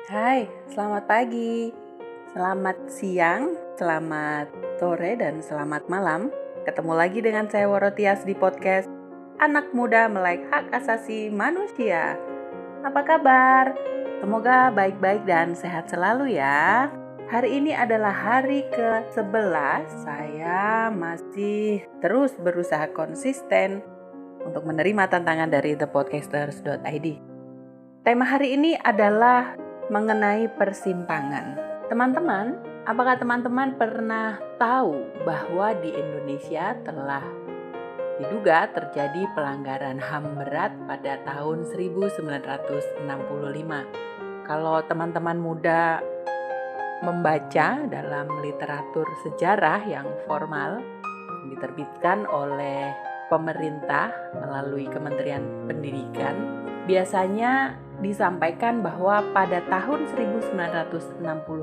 Hai, selamat pagi, selamat siang, selamat sore, dan selamat malam. Ketemu lagi dengan saya Worotias di podcast Anak Muda Melek Hak Asasi Manusia. Apa kabar? Semoga baik-baik dan sehat selalu ya. Hari ini adalah hari ke-11. Saya masih terus berusaha konsisten untuk menerima tantangan dari thepodcasters.id. Tema hari ini adalah mengenai persimpangan. Teman-teman, apakah teman-teman pernah tahu bahwa di Indonesia telah diduga terjadi pelanggaran HAM berat pada tahun 1965? Kalau teman-teman muda membaca dalam literatur sejarah yang formal yang diterbitkan oleh pemerintah melalui Kementerian Pendidikan, biasanya disampaikan bahwa pada tahun 1965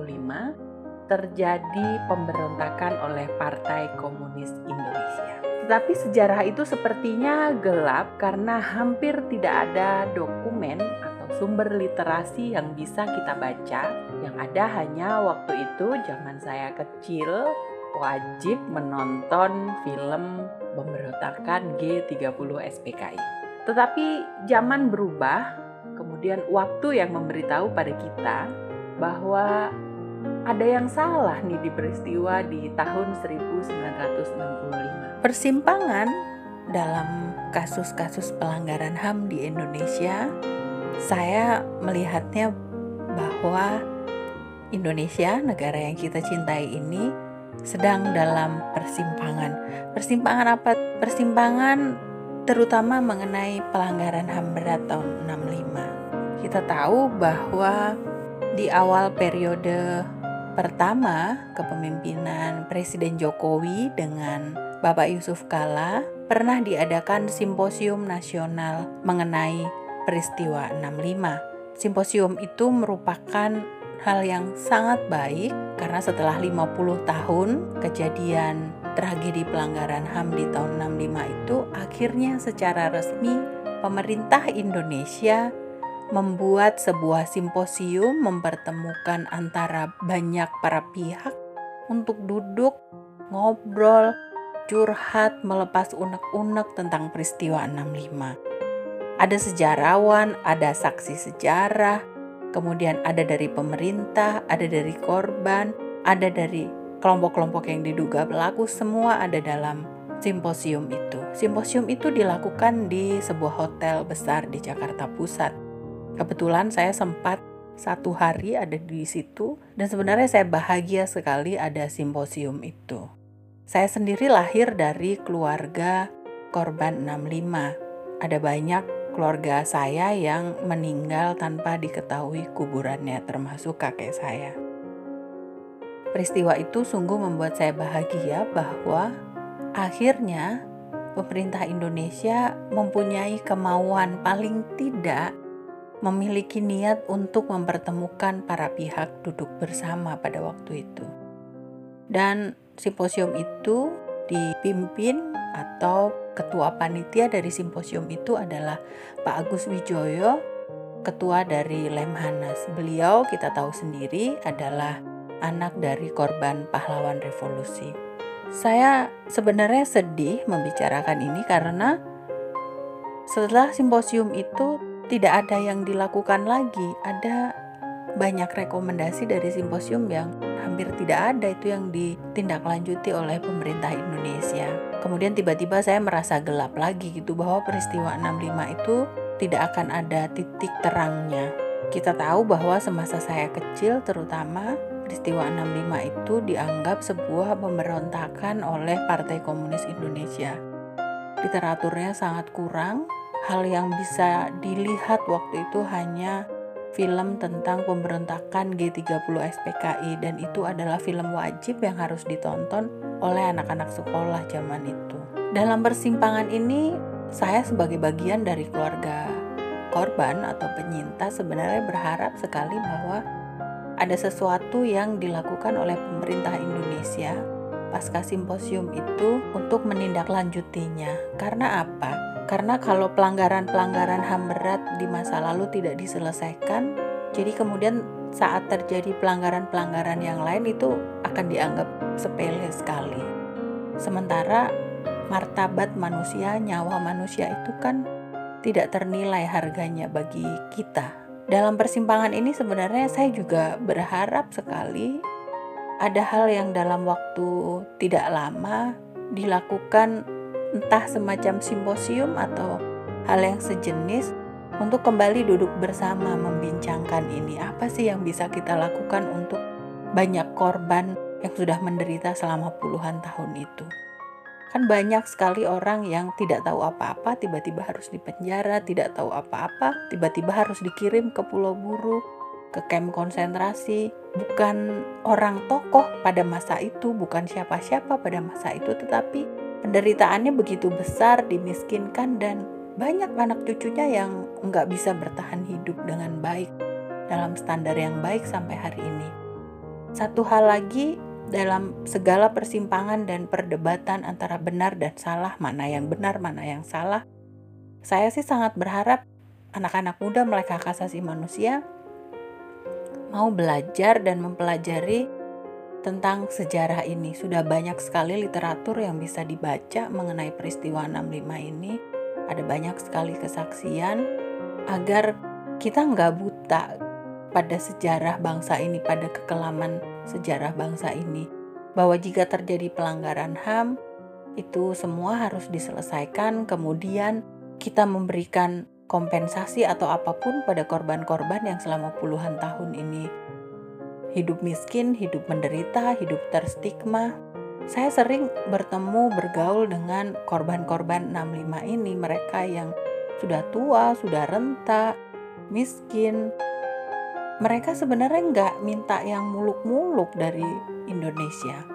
terjadi pemberontakan oleh Partai Komunis Indonesia. Tetapi sejarah itu sepertinya gelap karena hampir tidak ada dokumen atau sumber literasi yang bisa kita baca. Yang ada hanya waktu itu zaman saya kecil wajib menonton film pemberontakan G30 SPKI. Tetapi zaman berubah. Kemudian waktu yang memberitahu pada kita bahwa ada yang salah nih di peristiwa di tahun 1965. Persimpangan dalam kasus-kasus pelanggaran HAM di Indonesia, saya melihatnya bahwa Indonesia, negara yang kita cintai ini, sedang dalam persimpangan. Persimpangan apa? Persimpangan terutama mengenai pelanggaran HAM berat tahun 65. Kita tahu bahwa di awal periode pertama kepemimpinan Presiden Jokowi dengan Bapak Yusuf Kalla pernah diadakan simposium nasional mengenai peristiwa 65. Simposium itu merupakan hal yang sangat baik karena setelah 50 tahun kejadian tragedi pelanggaran HAM di tahun 65 itu akhirnya secara resmi pemerintah Indonesia membuat sebuah simposium mempertemukan antara banyak para pihak untuk duduk, ngobrol, curhat, melepas unek-unek tentang peristiwa 65. Ada sejarawan, ada saksi sejarah, kemudian ada dari pemerintah, ada dari korban, ada dari kelompok-kelompok yang diduga pelaku, semua ada dalam simposium itu. Simposium itu dilakukan di sebuah hotel besar di Jakarta Pusat. Kebetulan saya sempat 1 hari ada di situ dan sebenarnya saya bahagia sekali ada simposium itu. Saya sendiri lahir dari keluarga korban 65. Ada banyak keluarga saya yang meninggal tanpa diketahui kuburannya, termasuk kakek saya. Peristiwa itu sungguh membuat saya bahagia bahwa akhirnya pemerintah Indonesia mempunyai kemauan, paling tidak memiliki niat untuk mempertemukan para pihak duduk bersama pada waktu itu. Dan simposium itu dipimpin atau ketua panitia dari simposium itu adalah Pak Agus Wijoyo, ketua dari Lemhanas. Beliau kita tahu sendiri adalah anak dari korban pahlawan revolusi. Saya sebenarnya sedih membicarakan ini karena setelah simposium itu tidak ada yang dilakukan lagi. Ada banyak rekomendasi dari simposium yang hampir tidak ada itu yang ditindaklanjuti oleh pemerintah Indonesia. Kemudian tiba-tiba saya merasa gelap lagi gitu bahwa peristiwa 65 itu tidak akan ada titik terangnya. Kita tahu bahwa semasa saya kecil terutama peristiwa 65 itu dianggap sebuah pemberontakan oleh Partai Komunis Indonesia. Literaturnya sangat kurang. Hal yang bisa dilihat waktu itu hanya film tentang pemberontakan G30 SPKI, dan itu adalah film wajib yang harus ditonton oleh anak-anak sekolah zaman itu. Dalam persimpangan ini, saya sebagai bagian dari keluarga korban atau penyintas sebenarnya berharap sekali bahwa ada sesuatu yang dilakukan oleh pemerintah Indonesia pasca simposium itu untuk menindaklanjutinya. Karena apa? Karena kalau pelanggaran-pelanggaran HAM berat di masa lalu tidak diselesaikan, jadi kemudian saat terjadi pelanggaran-pelanggaran yang lain itu akan dianggap sepele sekali. Sementara martabat manusia, nyawa manusia itu kan tidak ternilai harganya bagi kita. Dalam persimpangan ini sebenarnya saya juga berharap sekali ada hal yang dalam waktu tidak lama dilakukan, entah semacam simposium atau hal yang sejenis, untuk kembali duduk bersama membincangkan ini. Apa sih yang bisa kita lakukan untuk banyak korban yang sudah menderita selama puluhan tahun itu? Kan banyak sekali orang yang tidak tahu apa-apa, tiba-tiba harus dipenjara, tidak tahu apa-apa, tiba-tiba harus dikirim ke Pulau Buru, ke kamp konsentrasi. Bukan orang tokoh pada masa itu, bukan siapa-siapa pada masa itu, tetapi penderitaannya begitu besar, dimiskinkan, dan banyak anak cucunya yang nggak bisa bertahan hidup dengan baik, dalam standar yang baik sampai hari ini. Satu hal lagi, dalam segala persimpangan dan perdebatan antara benar dan salah, mana yang benar, mana yang salah, saya sih sangat berharap anak-anak muda melek hak asasi manusia mau belajar dan mempelajari tentang sejarah ini. Sudah banyak sekali literatur yang bisa dibaca mengenai peristiwa 65 ini. Ada banyak sekali kesaksian agar kita nggak buta pada sejarah bangsa ini, pada kekelaman sejarah bangsa ini. Bahwa jika terjadi pelanggaran HAM, itu semua harus diselesaikan, kemudian kita memberikan kompensasi atau apapun pada korban-korban yang selama puluhan tahun ini hidup miskin, hidup menderita, hidup terstigma. Saya sering bertemu, bergaul dengan korban-korban 65 ini, mereka yang sudah tua, sudah renta, miskin. Mereka sebenarnya nggak minta yang muluk-muluk dari Indonesia,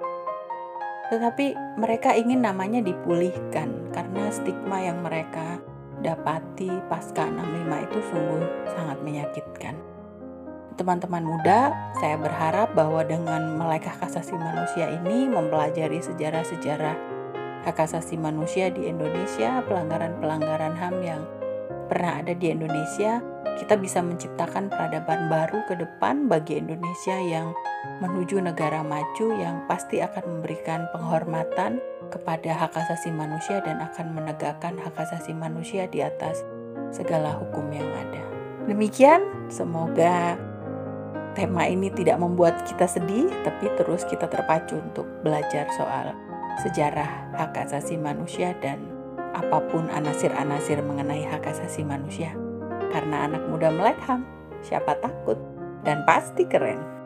tetapi mereka ingin namanya dipulihkan karena stigma yang mereka dapati pasca 65 itu sungguh sangat menyakitkan. Teman-teman muda, saya berharap bahwa dengan melek hak asasi manusia ini, mempelajari sejarah-sejarah hak asasi manusia di Indonesia, pelanggaran-pelanggaran HAM yang pernah ada di Indonesia, kita bisa menciptakan peradaban baru ke depan bagi Indonesia yang menuju negara maju, yang pasti akan memberikan penghormatan kepada hak asasi manusia dan akan menegakkan hak asasi manusia di atas segala hukum yang ada. Demikian, semoga tema ini tidak membuat kita sedih, tapi terus kita terpacu untuk belajar soal sejarah hak asasi manusia dan apapun anasir-anasir mengenai hak asasi manusia. Karena anak muda melek HAM, siapa takut? Dan pasti keren.